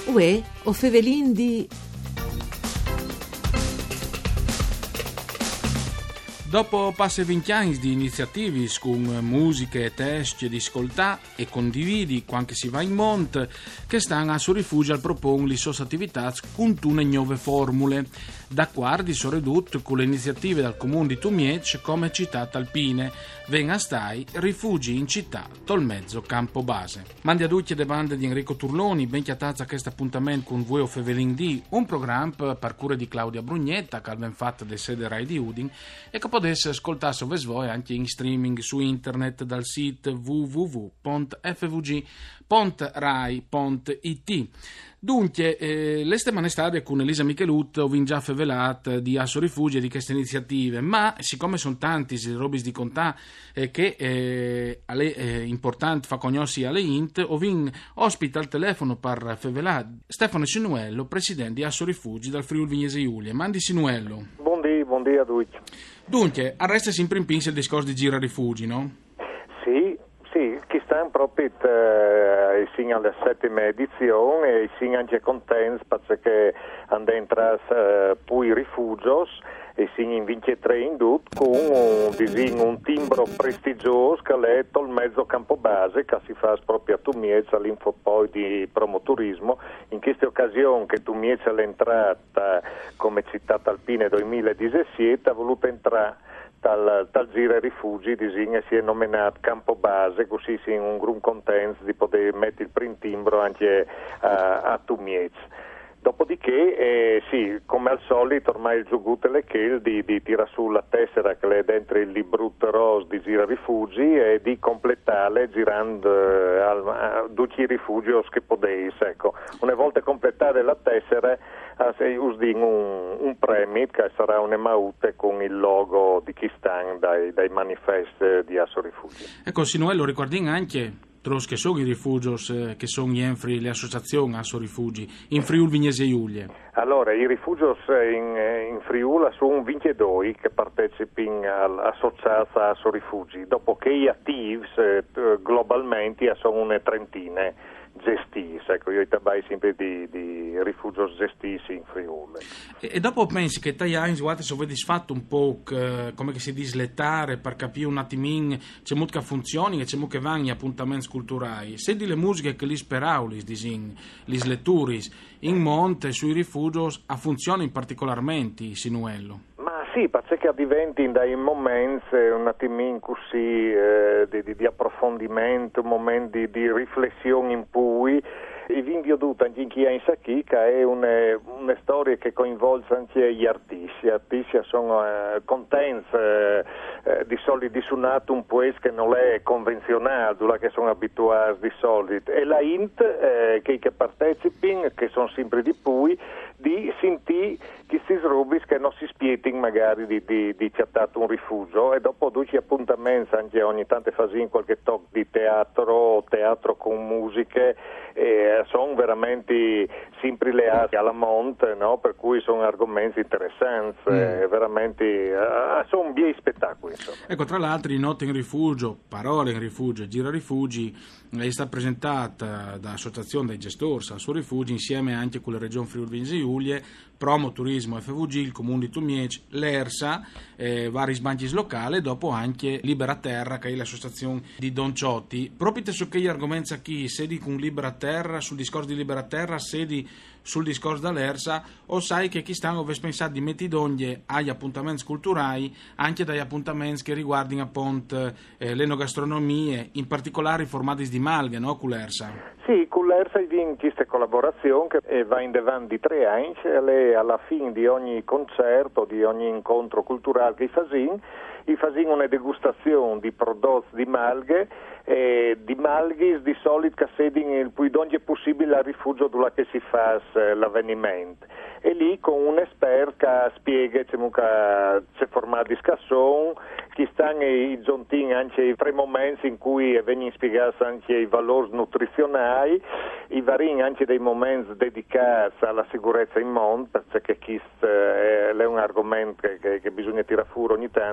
Uè, o fevelin di... Dopo passe 20 anni di iniziative con musiche e testi di ascoltare e condividi quando si va in monte, che stanno a suo rifugio al proporre le sue attività con una nuove formule. Da quardi sono ridotte con le iniziative dal comune di Tumiec come città alpine. Venga stai rifugi in città tol mezzo campo base. Mandi a tutti le bande di Enrico Turloni, ben chiatazza questo appuntamento con voi o Fevelin D, un programma per cura di Claudia Brugnetta, che abbiamo fatto del sede Rai di Udin, e che potesse ascoltare su voi anche in streaming su internet dal sito www.fvg.rai.it. Dunque, l'este manestate con Elisa Michelut ho già fevelat di Asso Rifugi e di queste iniziative, ma siccome sono tanti i robis di contà che è importante fa conosci alle int, ho vin ospita al telefono per fevelat Stefano Sinuello, presidente di Asso Rifugi dal Friuli Vignese Giulia. Mandi Sinuello. Buondì a tutti. Dunque, arresta sempre in pinza il discorso di gira rifugi, no? Sì, che stanno proprio sin alla 7ª edizione e sin anche contenti perché hanno entrato poi rifugios e sin in 23 in tutto con un timbro prestigioso che è il mezzo campo base che si fa proprio a Tumiez all'info poi di promoturismo. In questa occasione che Tumiez è entrata come città alpina 2017 ha voluto entrare tal Giro Rifugi disegna si è nominato campo base, così si in un gruppo contento di poter mettere il primo timbro anche a Tumiez. Dopodiché, sì, come al solito, ormai il gioco di tira su la tessera che è dentro il librutto rose di Gira Rifugi e di completare girando tutti i rifugi che potete. Ecco. Una volta completare la tessera, usdin un premio che sarà un'emaute con il logo di chi sta dai manifesti di Asso Rifugi. Ecco, Sinuello, ricordi anche che sono i rifugios che sono le associazioni Asso Rifugi in Friuli Vignese Giulia. Allora, i rifugios in Friuli sono 22 che partecipano all'associazione Asso Rifugi, dopo che gli attivi globalmente sono una trentina gestiti. Ecco, io tabai sempre di rifugios gestiti in Friuli. E dopo pensi che Tajani si vede disfatto un po' come che si dislettare per capire un attimino c'è molto che funzioni e c'è molto che vanno gli appuntamenti culturali. Se di le musiche che li speraulis, li letturis in monte sui rifugios a funzioni particolarmente, Sinuello. Sì, perché diventi dai momenti un attimino così di approfondimento, momenti di riflessione in cui i vindio duta anche chi è in Sacchica è una storia che coinvolge anche gli artisti. Gli artisti sono contenti di solito di suonato un paese che non è convenzionale, che sono abituati di solito. E la int che partecipano, che sono sempre di più, di sentire questi rubis che non si spietino magari di chattato un rifugio e dopo 12 appuntamenti anche ogni tanto fasi in qualche talk di teatro con musiche sono veramente sempre leati alla monte, no? Per cui sono argomenti interessanti veramente sono bei spettacoli insomma. Ecco, tra l'altro Notte in Rifugio, Parole in Rifugio e Gira Rifugi è stata presentata da Associazione dei Gestori Asso Rifugi insieme anche con la Regione Friuli Vignese Giulia, Promo Turismo FVG, il Comune di Tumiec, l'ERSA, vari sbanchi locali, dopo anche Libera Terra, che è l'associazione di Don Ciotti. Proprio su che gli argomenti qui, sedi con Libera Terra, sul discorso di Libera Terra, sedi sul discorso dall'ERSA, o sai che chi stanno pensare di mettidoglie agli appuntamenti culturali, anche dagli appuntamenti che riguardano appunto l'enogastronomie, in particolare i formati di malghe, no, con l'ERSA? Sì, con l'ERSA in questa collaborazione che va in davanti di 3 anni, alla fine di ogni concerto, di ogni incontro culturale che fasin una degustazione di prodotti di malghe di malghis di solito che sedin il più d'ogni possibile al rifugio dove che si fa l'avvenimento e lì con un esperto che spiega c'è formato di scasson chi stanno i giuntini anche i 3 momenti in cui vengono spiegati anche i valori nutrizionali i vari anche dei momenti dedicati alla sicurezza in monte perché questo è un argomento che bisogna tirare fuori ogni tanto per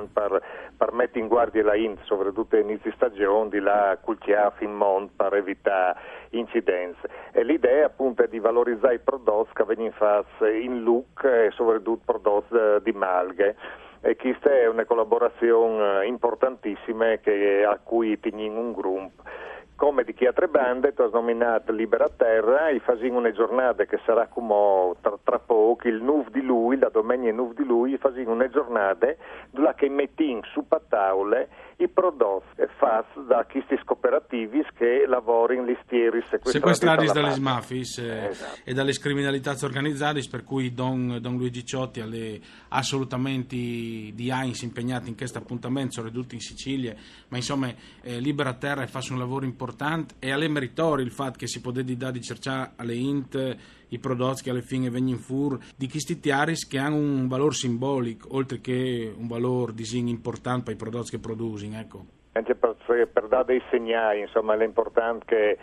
permette in guardia la int, soprattutto all'inizio stagione, di la cultiare fin mont per evitare incidenze. E l'idea appunto è di valorizzare i prodotti che vengono fatti in look e soprattutto prodotti di malghe. E questa è una collaborazione importantissima a cui teniamo un gruppo. Come di chi altre bande, tu hai nominato Libera Terra, e facciamo una giornata che sarà come tra poco, il 9 di lui, la domenica 9 di lui, facciamo una giornata dove che mettiamo su tavole i prodotti fatti da questi cooperativi che lavorano in listieri sequestrati dalle mafis esatto. E dalle criminalità organizzate, per cui Don Luigi Ciotti alle assolutamente di AINS impegnati in questo appuntamento, soprattutto in Sicilia, ma insomma Libera Terra fa un lavoro importante e alle meritori il fatto che si può dedicare di cercare alle int i prodotti che alla fine vengono fuori di questi tiaris che hanno un valore simbolico oltre che un valore importante per i prodotti che producono, ecco. Anche per dare dei segnali, insomma, è importante che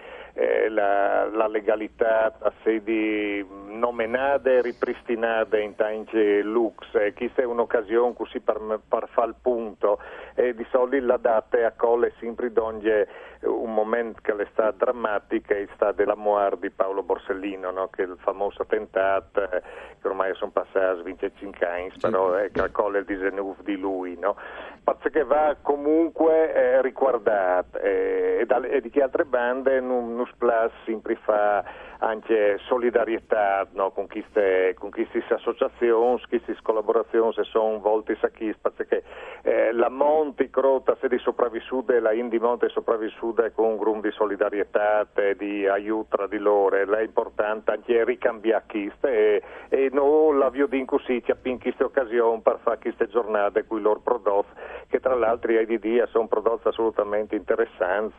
la legalità a sedi nominate e ripristinate in tanti lux, questa è un'occasione così per fare il punto, e di solito la data accoglie sempre d'ogni un momento che è stato drammatico, è stato la morte di Paolo Borsellino, no? Che è il famoso attentato, che ormai sono passati 25 anni, però che accoglie il 19 di lui, no? Perché va comunque riguardato e di che altre bande non splash sempre fa anche solidarietà, no? con queste associazioni, queste collaborazioni se sono volte a chi, perché la Monte Crota se di sopravvissuta e la Indi Monte è sopravvissuta con un gruppo di solidarietà e di aiuto tra di loro, è importante anche ricambiare queste e noi la viodin così ci appin queste occasioni per fare queste giornate con i loro prodotti, che tra l'altro sono prodotti assolutamente interessanti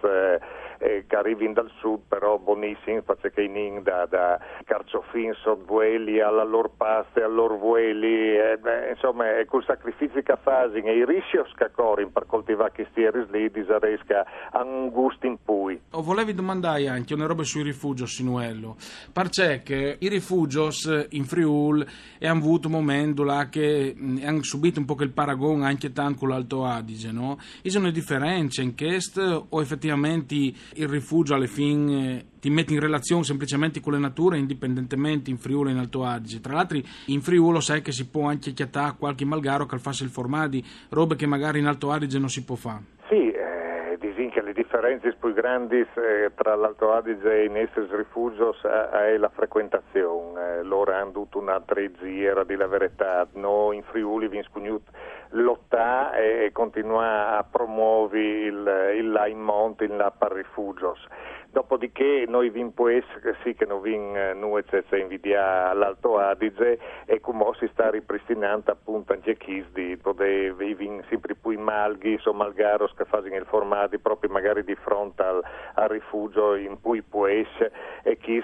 che arrivano dal sud, però buonissimi, perché in da carciofin, sotvueli, alla loro pasta, ai loro vueli, insomma è col sacrificio che fanno e i rischi che corrono per coltivare questi eris lì disaresca a un gusto in cui. Volevi domandare anche una roba sui rifugi, Sinuello, perché i rifugi in Friuli hanno avuto un momento là che hanno subito un po' il paragone anche tanto con l'Alto Adige, no? Ci sono differenze in questo o effettivamente il rifugio alle fine ti metti in relazione semplicemente con le nature indipendentemente in Friuli e in Alto Adige? Tra l'altro in Friuli sai che si può anche chiattare qualche malgaro che fa il formadi, robe che magari in Alto Adige non si può fare. Sì, disin che le differenze più grandi tra l'Alto Adige e i nostri rifugi è la frequentazione. Loro hanno avuto un'altra ziera di la verità. Noi in Friuli vi sconosciuto lottare e continuare a promuovere il là in monte, il là per rifugios. Dopodiché noi vin pues sì che non vin noi se invidia l'Alto Adige e come si sta ripristinando appunto anche chi di poter vin sempre più malghi o malgaros che fanno il formati proprio magari di fronte al rifugio in cui pues e chi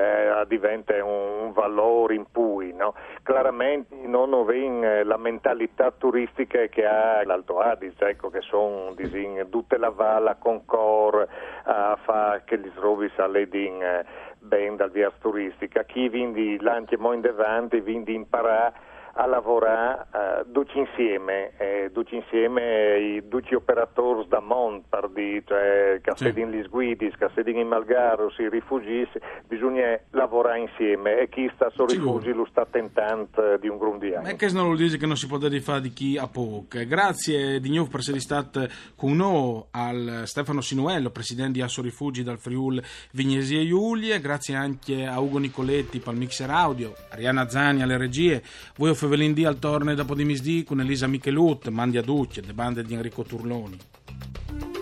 diventa un valore in cui, no? Chiaramente non vin la mentalità turistica che ha l'Alto Adige, ecco, che sono tutte la Vala Concor a fa che gli srovi salledin ben dal via turistica. Chi vindi l'anche mo in davanti, vindi imparare a lavorare tutti insieme i duci operatori da mont per di, cioè cassedin gli sguidi, cassedin i malgaros, i rifugi, bisogna lavorare insieme e chi sta sui rifugi lo sta tentando di un gruppo di anni. E che non lo dice che non si può fare di chi a poco. Grazie di nuovo per essere stato con noi al Stefano Sinuello, presidente di Asso Rifugi dal Friuli Vignesi e Giulia, grazie anche a Ugo Nicoletti per il mixer audio, Arianna Zani alle regie, voi Fevelindì al torne dopo di misdì con Elisa Michelut, Mandi a Ducce, le bande di Enrico Turloni.